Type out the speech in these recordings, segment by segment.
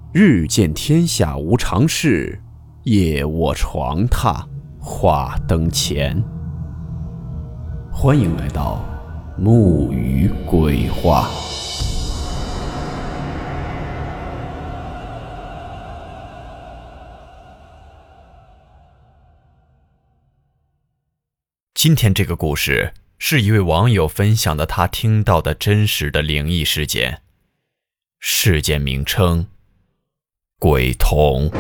日见天下无常事，夜卧床榻话灯前。欢迎来到木鱼鬼话。 今天这个故事是一位网友分享的他听到的真实的灵异事件，事件名称：鬼童。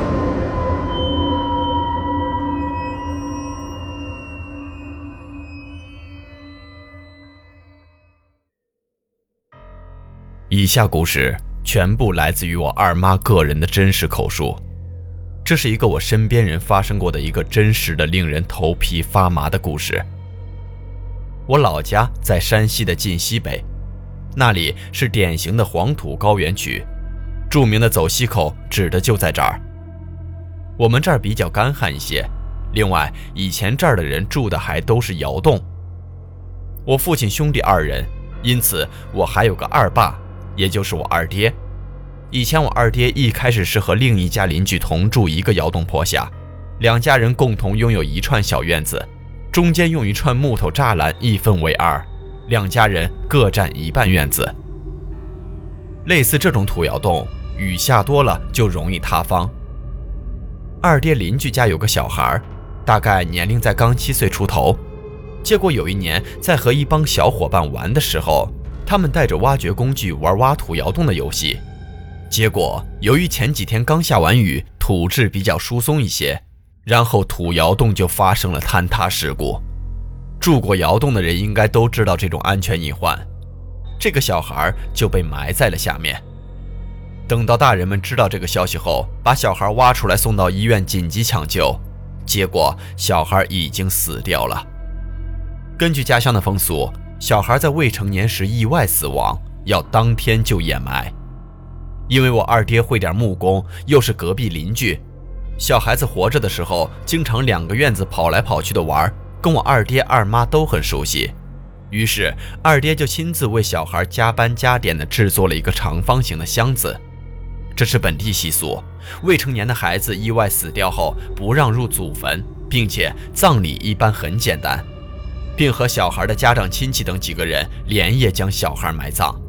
以下故事全部来自于我二妈个人的真实口述，这是一个我身边人发生过的一个真实的令人头皮发麻的故事。我老家在山西的晋西北，那里是典型的黄土高原区，著名的走西口指的就在这儿。我们这儿比较干旱一些，另外以前这儿的人住的还都是窑洞。我父亲兄弟2人，因此我还有个二爸，也就是我二爹。以前我二爹一开始是和另一家邻居同住一个窑洞坡下，两家人共同拥有一串小院子，中间用一串木头栅栏一分为2，两家人各占一半院子。类似这种土窑洞，雨下多了就容易塌方。二爹邻居家有个小孩，大概年龄在刚7岁出头，结果有一年在和一帮小伙伴玩的时候，他们带着挖掘工具玩挖土窑洞的游戏。结果由于前几天刚下完雨，土质比较疏松一些，然后土窑洞就发生了坍塌事故。住过窑洞的人应该都知道这种安全隐患，这个小孩就被埋在了下面。等到大人们知道这个消息后，把小孩挖出来送到医院紧急抢救，结果小孩已经死掉了。根据家乡的风俗，小孩在未成年时意外死亡，要当天就掩埋。因为我二爹会点木工，又是隔壁邻居，小孩子活着的时候经常2个院子跑来跑去的玩，跟我二爹二妈都很熟悉。于是二爹就亲自为小孩加班加点地制作了一个长方形的箱子。这是本地习俗，未成年的孩子意外死掉后不让入祖坟，并且葬礼一般很简单，并和小孩的家长亲戚等几个人连夜将小孩埋葬。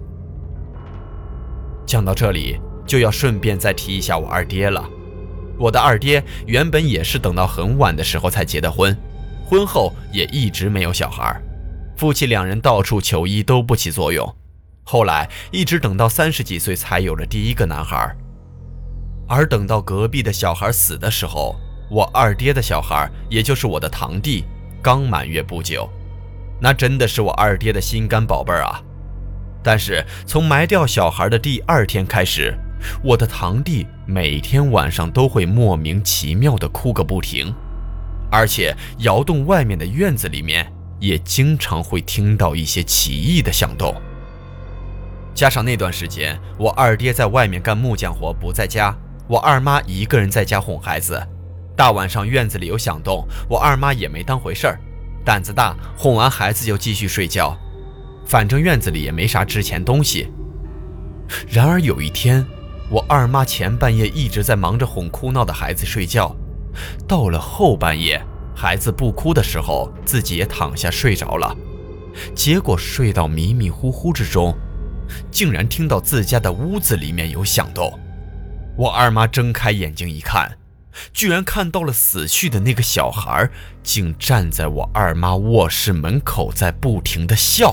讲到这里，就要顺便再提一下我二爹了。我的二爹原本也是等到很晚的时候才结的婚，婚后也一直没有小孩，夫妻2人到处求医都不起作用，后来一直等到30几岁才有了第一个男孩。而等到隔壁的小孩死的时候，我二爹的小孩，也就是我的堂弟，刚满月不久，那真的是我二爹的心肝宝贝儿啊。但是从埋掉小孩的第2天开始，我的堂弟每天晚上都会莫名其妙地哭个不停，而且窑洞外面的院子里面也经常会听到一些奇异的响动。加上那段时间我二爹在外面干木匠活不在家，我二妈一个人在家哄孩子，大晚上院子里有响动，我二妈也没当回事儿，胆子大，哄完孩子就继续睡觉，反正院子里也没啥值钱东西。然而有一天，我二妈前半夜一直在忙着哄哭闹的孩子睡觉，到了后半夜，孩子不哭的时候，自己也躺下睡着了，结果睡到迷迷糊糊之中，竟然听到自家的屋子里面有响动。我二妈睁开眼睛一看，居然看到了死去的那个小孩竟站在我二妈卧室门口在不停地笑。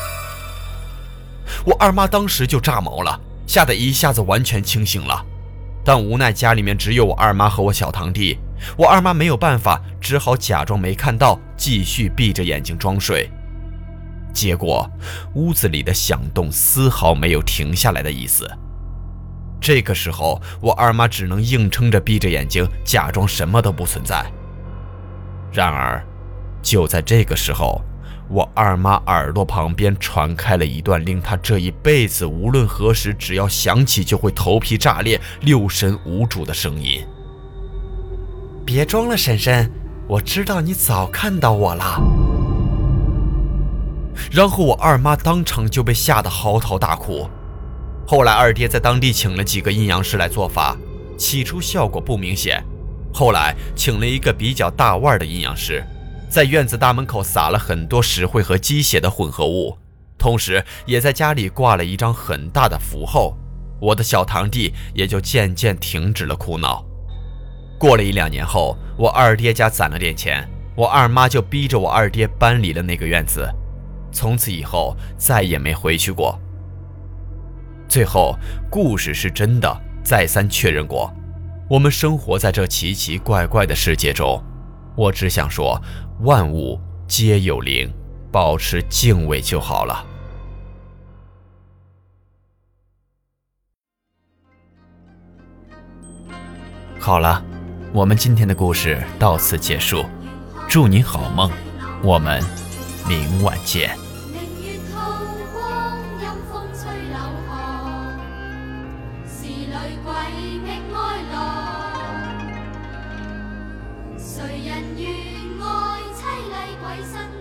我二妈当时就炸毛了，吓得一下子完全清醒了，但无奈家里面只有我二妈和我小堂弟，我二妈没有办法，只好假装没看到，继续闭着眼睛装睡。结果屋子里的响动丝毫没有停下来的意思。这个时候我二妈只能硬撑着闭着眼睛，假装什么都不存在。然而就在这个时候，我二妈耳朵旁边传开了一段令她这一辈子无论何时只要想起就会头皮炸裂、六神无主的声音。别装了婶婶，我知道你早看到我了。然后我二妈当场就被吓得嚎啕大哭。 后来二爹在当地请了几个阴阳师来做法，起初效果不明显，后来请了一个比较大腕的阴阳师，在院子大门口撒了很多石灰和鸡血的混合物，同时也在家里挂了一张很大的符后，我的小堂弟也就渐渐停止了哭闹。过了1-2年后，我二爹家攒了点钱，我二妈就逼着我二爹搬离了那个院子，从此以后再也没回去过。最后故事是真的，再三确认过。我们生活在这奇奇怪怪的世界中，我只想说，万物皆有灵，保持敬畏就好了。好了，我们今天的故事到此结束，祝您好梦，我们明晚见。 谁人愿爱凄厉鬼身？